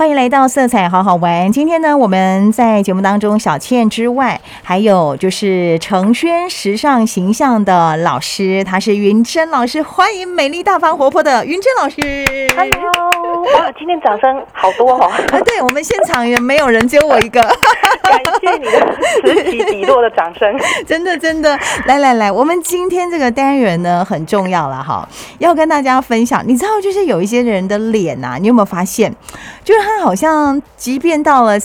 欢迎来到色彩好好玩。今天呢，我们在节目当中，小倩之外，还有就是程轩时尚形象的老师，他是云珍老师。欢迎美丽大方活泼的云珍老师。 Hello， 哇，今天掌声好多哦！ 对，我们现场也没有人，只有我一个。 感谢你的此起彼落的掌声， 真的真的。来，我们今天这个单元呢很重要了哈，要跟大家分享。你知道，就是有一些人的脸啊，你有没有发现，就是他好像即便到了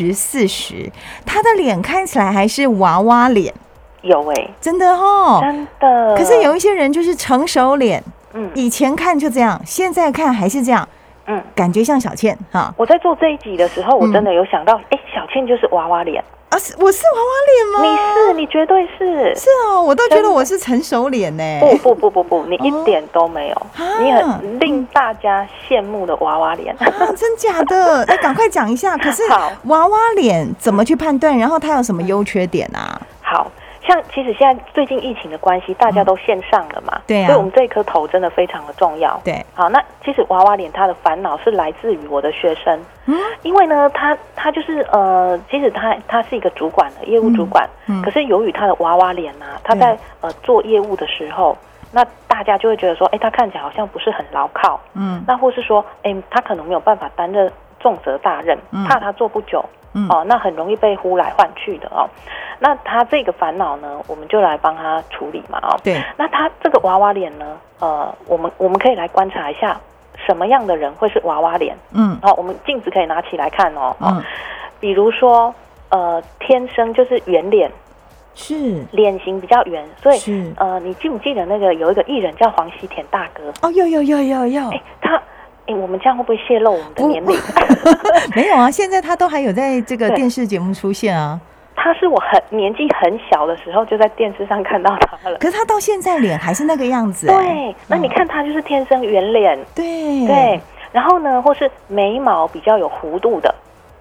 30、40，他的脸看起来还是娃娃脸。 有真的哦， 真的。 可是有一些人就是成熟脸，以前看就这样，现在看还是这样。感觉像小倩哈。 我在做这一集的时候，我真的有想到，小倩就是娃娃脸啊！我是娃娃脸吗？你绝对是。 是哦，我都觉得我是成熟脸呢。 不，你一点都没有，你很令大家羡慕的娃娃脸。 真假的？那赶快讲一下。可是娃娃脸怎么去判断？然后它有什么优缺点啊？ 好。像其实现在最近疫情的关系，大家都线上了嘛， 对啊， 所以我们这一颗头真的非常的重要。 对， 好，那其实娃娃脸他的烦恼是来自于我的学生，因为呢，他就是其实他是一个主管的业务主管，可是由于他的娃娃脸啊，他在做业务的时候，那大家就会觉得说，他看起来好像不是很牢靠，那或是说，他可能没有办法担任重责大任，怕他做不久。那很容易被呼来唤去的哦。那他这个烦恼呢，我们就来帮他处理嘛哦。 对。 那他这个娃娃脸呢，我们可以来观察一下什么样的人会是娃娃脸。我们镜子可以拿起来看哦。比如说天生就是圆脸， 是脸型比较圆，所以你记不记得那个有一个艺人叫黄西田大哥？ 哦，有。 我们这样会不会泄露我们的年龄？ 没有啊，现在他都还有在这个电视节目出现啊。 他是我年纪很小的时候就在电视上看到他了， 可是他到现在脸还是那个样子。 对，那你看他就是天生圆脸，对，然后呢，或是眉毛比较有弧度的，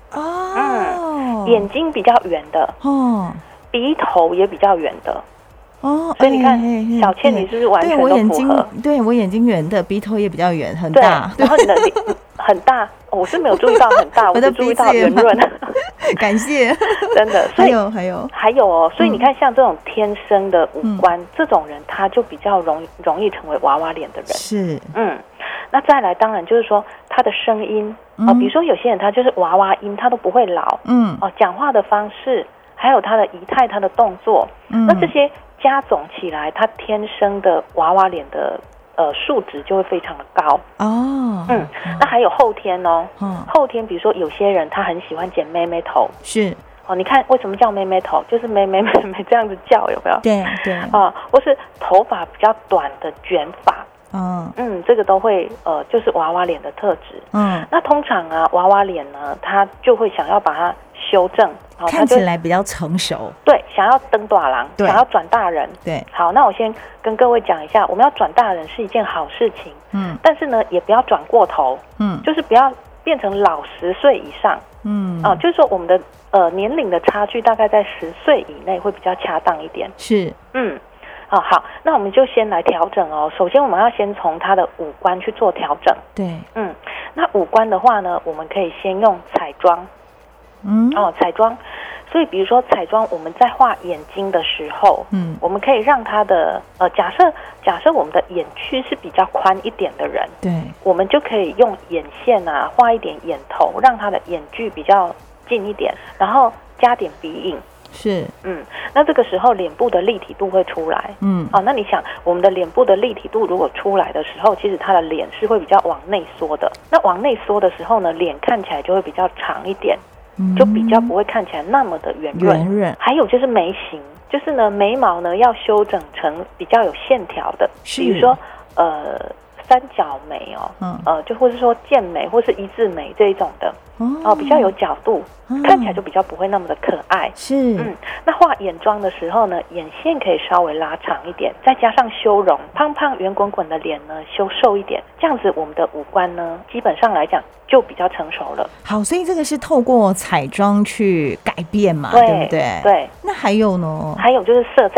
眼睛比较圆的，鼻头也比较圆的。所以你看，小倩你是不是完全都符合？ 对，我眼睛圆的，鼻头也比较圆，很大。 然后你的脸很大，我是没有注意到很大，我只注意到圆润。 感谢， 真的。 还有哦，所以你看，像这种天生的五官，这种人他就比较容易成为娃娃脸的人。 是， 那再来，当然就是说他的声音比如说有些人他就是娃娃音，他都不会老。讲话的方式，还有他的仪态、他的动作，那这些加总起来，他天生的娃娃脸的数值就会非常的高那还有后天哦，后天比如说有些人他很喜欢剪妹妹头， 是你看为什么叫妹妹头，就是妹妹这样子叫，有没有？ 对或是头发比较短的卷发，这个都会就是娃娃脸的特质。那通常啊，娃娃脸呢，他就会想要把它修正， 看起来比较成熟。 对，想要登大人，想要转大人。 对， 好，那我先跟各位讲一下，我们要转大人是一件好事情。但是呢，也不要转过头。就是不要变成老10岁以上。就是说我们的年龄的差距大概在10岁以内会比较恰当一点。 是， 好，那我们就先来调整哦。首先，我们要先从他的五官去做调整。 对， 那五官的话呢，我们可以先用彩妆。彩妆。所以，比如说彩妆，我们在画眼睛的时候，我们可以让他的假设我们的眼区是比较宽一点的人， 对， 我们就可以用眼线啊画一点眼头，让他的眼距比较近一点，然后加点鼻影。 是， 那这个时候脸部的立体度会出来，那你想，我们的脸部的立体度如果出来的时候，其实他的脸是会比较往内缩的。那往内缩的时候呢，脸看起来就会比较长一点，就比较不会看起来那么的圆润。还有就是眉形，就是呢眉毛呢要修整成比较有线条的，比如说三角眉就或是说剑眉或是一字眉这一种的比较有角度，看起来就比较不会那么的可爱。 是， 那画眼妆的时候呢，眼线可以稍微拉长一点，再加上修容，胖胖圆滚滚的脸呢修瘦一点，这样子我们的五官呢基本上来讲就比较成熟了。 好，所以这个是透过彩妆去改变嘛，对不对？ 对。 那还有呢？ 还有就是色彩。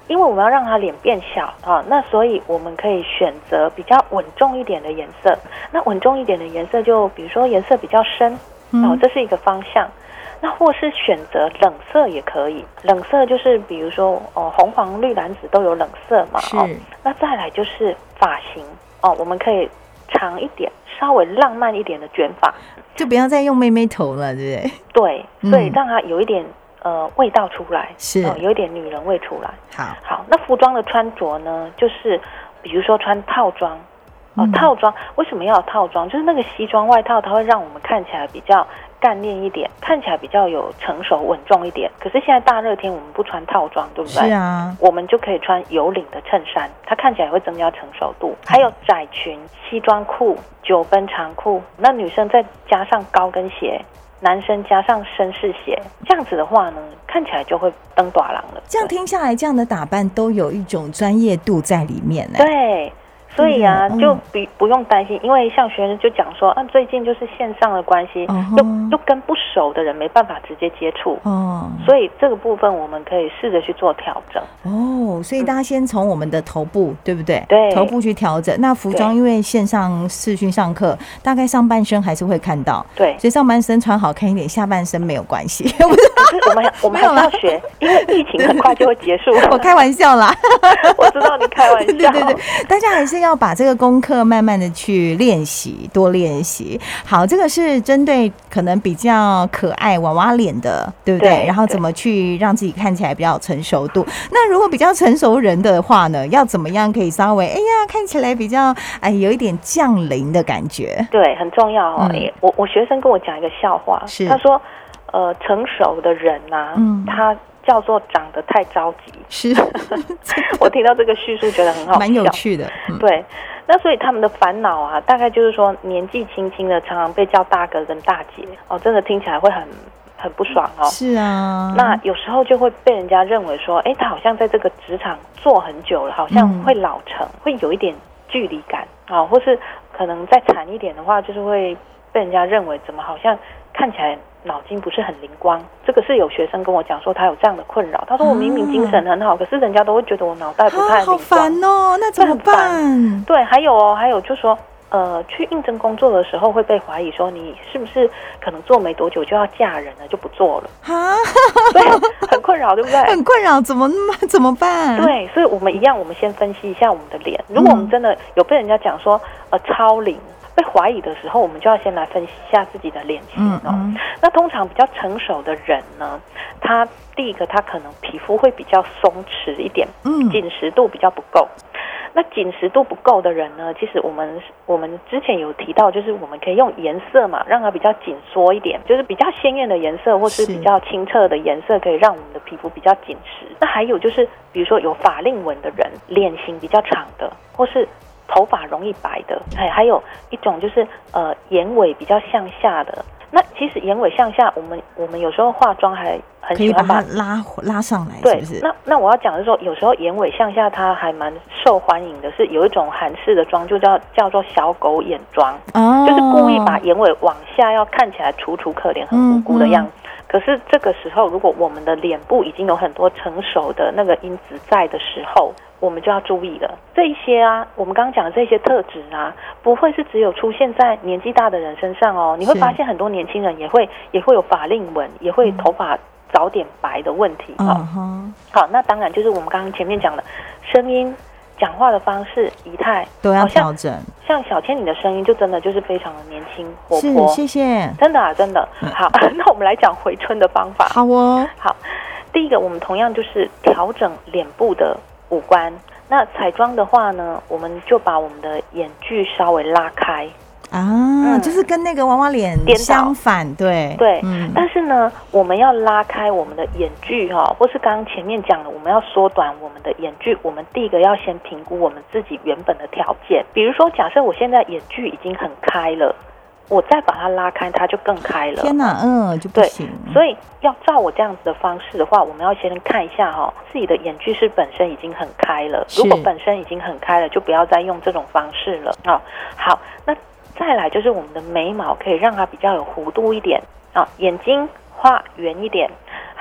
因为我们要让它脸变小啊，那所以我们可以选择比较稳重一点的颜色。那稳重一点的颜色，就比如说颜色比较深这是一个方向。那或是选择冷色也可以，冷色就是比如说红黄绿蓝紫都有冷色嘛那再来就是发型我们可以长一点，稍微浪漫一点的卷发， 就不要再用妹妹头了，对不对？ 对，所以让它有一点味道出来， 是有一点女人味出来。 好， 那服装的穿着呢，就是比如说穿套装套装为什么要有套装？就是那个西装外套，它会让我们看起来比较干练一点，看起来比较有成熟稳重一点。可是现在大热天我们不穿套装，对不对？ 是啊， 我们就可以穿有领的衬衫，它看起来会增加成熟度。还有窄裙、西装裤、9分长裤，那女生再加上高跟鞋，男生加上绅士鞋，这样子的话呢，看起来就会登大郎了。 这样听下来，这样的打扮都有一种专业度在里面呢。 对。所以啊，就不用担心，因为像学生就讲说最近就是线上的关系，又跟不熟的人没办法直接接触所以这个部分我们可以试着去做调整所以大家先从我们的头部，对不对？ 对， 头部去调整。那服装因为线上视讯上课，大概上半身还是会看到， 对， 所以上半身穿好看一点，下半身没有关系。 我们还是要学，因为疫情很快就会结束。 我开玩笑啦， 我知道你开玩笑。 对，大家还是要把这个功课慢慢的去练习，多练习。好，这个是针对可能比较可爱娃娃脸的，对不对？然后怎么去让自己看起来比较有成熟度。那如果比较成熟人的话呢，要怎么样可以稍微看起来比较有一点降临的感觉？对， 很重要我学生跟我讲一个笑话，他说成熟的人他叫做长得太着急。 是我听到这个叙述觉得很好笑， 蛮有趣的对，那所以他们的烦恼大概就是说年纪轻轻的常常被叫大哥跟大姐真的听起来会很不爽是啊， 那有时候就会被人家认为说他好像在这个职场做很久了，好像会老成会有一点距离感或是可能再惨一点的话，就是会被人家认为怎么好像看起来脑筋不是很灵光。这个是有学生跟我讲说他有这样的困扰，他说我明明精神很好可是人家都会觉得我脑袋不太灵光。好烦那怎么办？ 对，还有就是说去应征工作的时候会被怀疑说你是不是可能做没多久就要嫁人了，就不做了所以很困扰，对不对？ 很困扰，怎么办？ 对，所以我们先分析一下我们的脸。如果我们真的有被人家讲说超龄被怀疑的时候，我们就要先来分析一下自己的脸型那通常比较成熟的人呢，他第一个他可能皮肤会比较松弛一点紧实度比较不够。那紧实度不够的人呢，其实我们之前有提到，就是我们可以用颜色嘛，让它比较紧缩一点，就是比较鲜艳的颜色或是比较清澈的颜色，可以让我们的皮肤比较紧实。那还有就是比如说有法令纹的人，脸型比较长的，或是头发容易白的，还有一种就是眼尾比较向下的。那其实眼尾向下，我们有时候化妆还很喜欢把它拉上来， 对， 是不是？ 那我要讲的是说，有时候眼尾向下它还蛮受欢迎的，是有一种韩式的妆，就叫做小狗眼妆，就是故意把眼尾往下，要看起来楚楚可怜、很无辜的样子。可是这个时候，如果我们的脸部已经有很多成熟的那个因子在的时候，我们就要注意了。这一些我们刚刚讲的这些特质不会是只有出现在年纪大的人身上你会发现很多年轻人也会有法令纹，也会头发早点白的问题好，那当然就是我们刚刚前面讲的声音、讲话的方式、仪态都要调整。 像小千你的声音就真的就是非常的年轻活泼， 谢谢， 真的真的好那我们来讲回春的方法。 好好，第一个我们同样就是调整脸部的五官。那彩妆的话呢，我们就把我们的眼距稍微拉开就是跟那个娃娃脸相反，对， 但是呢，我们要拉开我们的眼距或是刚刚前面讲的，我们要缩短我们的眼距。我们第一个要先评估我们自己原本的条件，比如说，假设我现在眼距已经很开了，我再把它拉开，它就更开了。 天哪，就不行。 所以要照我这样子的方式的话，我们要先看一下自己的眼距是本身已经很开了。如果本身已经很开了，就不要再用这种方式了好，那再来就是我们的眉毛可以让它比较有弧度一点眼睛画圆一点，还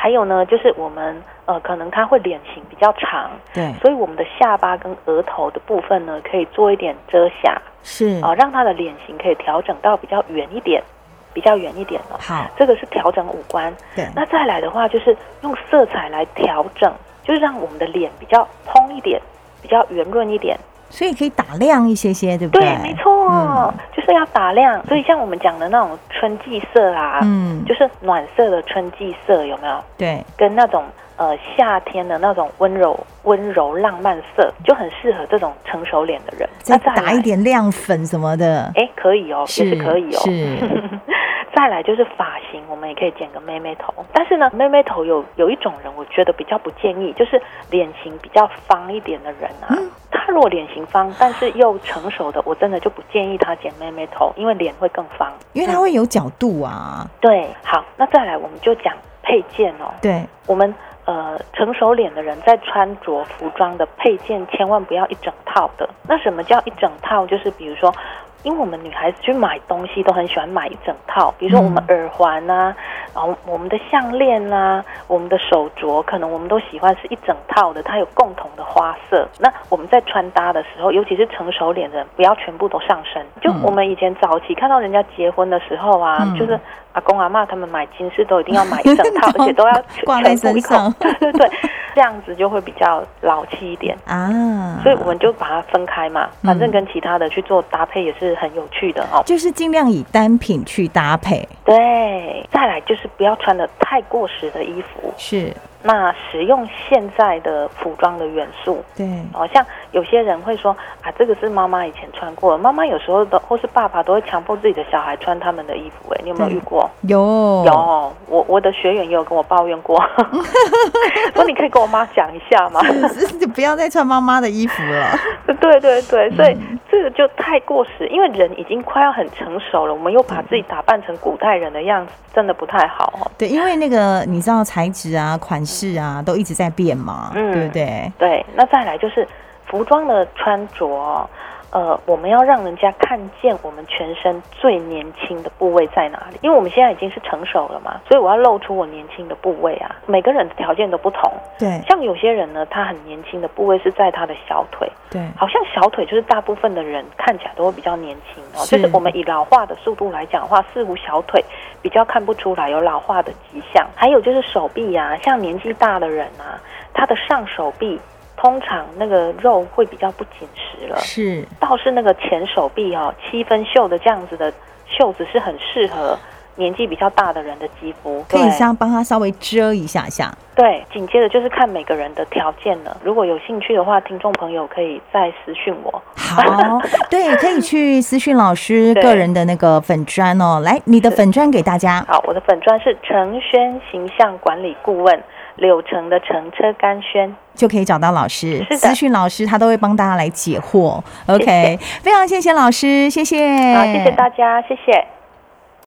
还有呢，就是我们可能他会脸型比较长， 对， 所以我们的下巴跟额头的部分呢，可以做一点遮瑕， 是让他的脸型可以调整到比较圆一点。比较远一点了， 好， 这个是调整五官。 对， 那再来的话，就是用色彩来调整，就是让我们的脸比较蓬一点，比较圆润一点， 所以可以打亮一些些，对不对？ 对，没错，就是要打亮。所以像我们讲的那种春季色啊，就是暖色的春季色，有没有？ 对， 跟那种夏天的那种温柔浪漫色，就很适合这种成熟脸的人。 再打一点亮粉什么的， 可以哦，也是可以哦。 是。 再来就是发型，我们也可以剪个妹妹头，但是呢，妹妹头有一种人，我觉得比较不建议，就是脸型比较方一点的人啊。他如果脸型方，但是又成熟的，我真的就不建议他剪妹妹头，因为脸会更方， 因为它会有角度啊。 对，好，那再来我们就讲配件哦。 对， 我们成熟脸的人在穿着服装的配件，千万不要一整套的。那什么叫一整套？就是比如说，因为我们女孩子去买东西都很喜欢买一整套，比如说我们耳环啊，然后我们的项链啊，我们的手镯，可能我们都喜欢是一整套的，它有共同的花色。那我们在穿搭的时候，尤其是成熟脸的人，不要全部都上身。就我们以前早期看到人家结婚的时候啊，就是阿公阿嬷他们买金饰都一定要买一整套，而且都要挂在身上。 对，这样子就会比较老气一点啊。所以我们就把它分开嘛，反正跟其他的去做搭配也是很有趣的哦。 就是尽量以单品去搭配。 对，再来就是不要穿的太过时的衣服。 是。 那使用现在的服装的元素， 对， 像有些人会说啊，这个是妈妈以前穿过的，妈妈有时候或是爸爸都会强迫自己的小孩穿他们的衣服，你有没有遇过？ 有， 我的学员也有跟我抱怨过，说你可以跟我妈讲一下吗？ 是不要再穿妈妈的衣服了。 对，所以这个就太过时，因为人已经快要很成熟了，我们又把自己打扮成古代人的样子，真的不太好哦。 对，因为那个你知道材质啊、款式啊都一直在变嘛，对不对？ 对，那再来就是服装的穿着，我们要让人家看见我们全身最年轻的部位在哪里，因为我们现在已经是成熟了嘛，所以我要露出我年轻的部位啊。每个人的条件都不同， 对， 像有些人呢，他很年轻的部位是在他的小腿， 对， 好像小腿就是大部分的人看起来都会比较年轻哦。就是我们以老化的速度来讲的话，似乎小腿比较看不出来有老化的迹象。还有就是手臂啊，像年纪大的人啊，他的上手臂通常那个肉会比较不紧实了， 是， 倒是那个前手臂7分袖的这样子的袖子是很适合年纪比较大的人的肌肤， 可以像帮他稍微遮一下下。 对，紧接着就是看每个人的条件了。如果有兴趣的话，听众朋友可以再私讯我。 好，对，可以去私讯老师个人的那个粉专哦。来，你的粉专给大家。 好，我的粉专是承轩形象管理顾问，柳橙的橙，车甘轩， 就可以找到老师， 私讯老师，他都会帮大家来解惑。OK， 谢谢， 非常谢谢老师，谢谢。 好，谢谢大家，谢谢。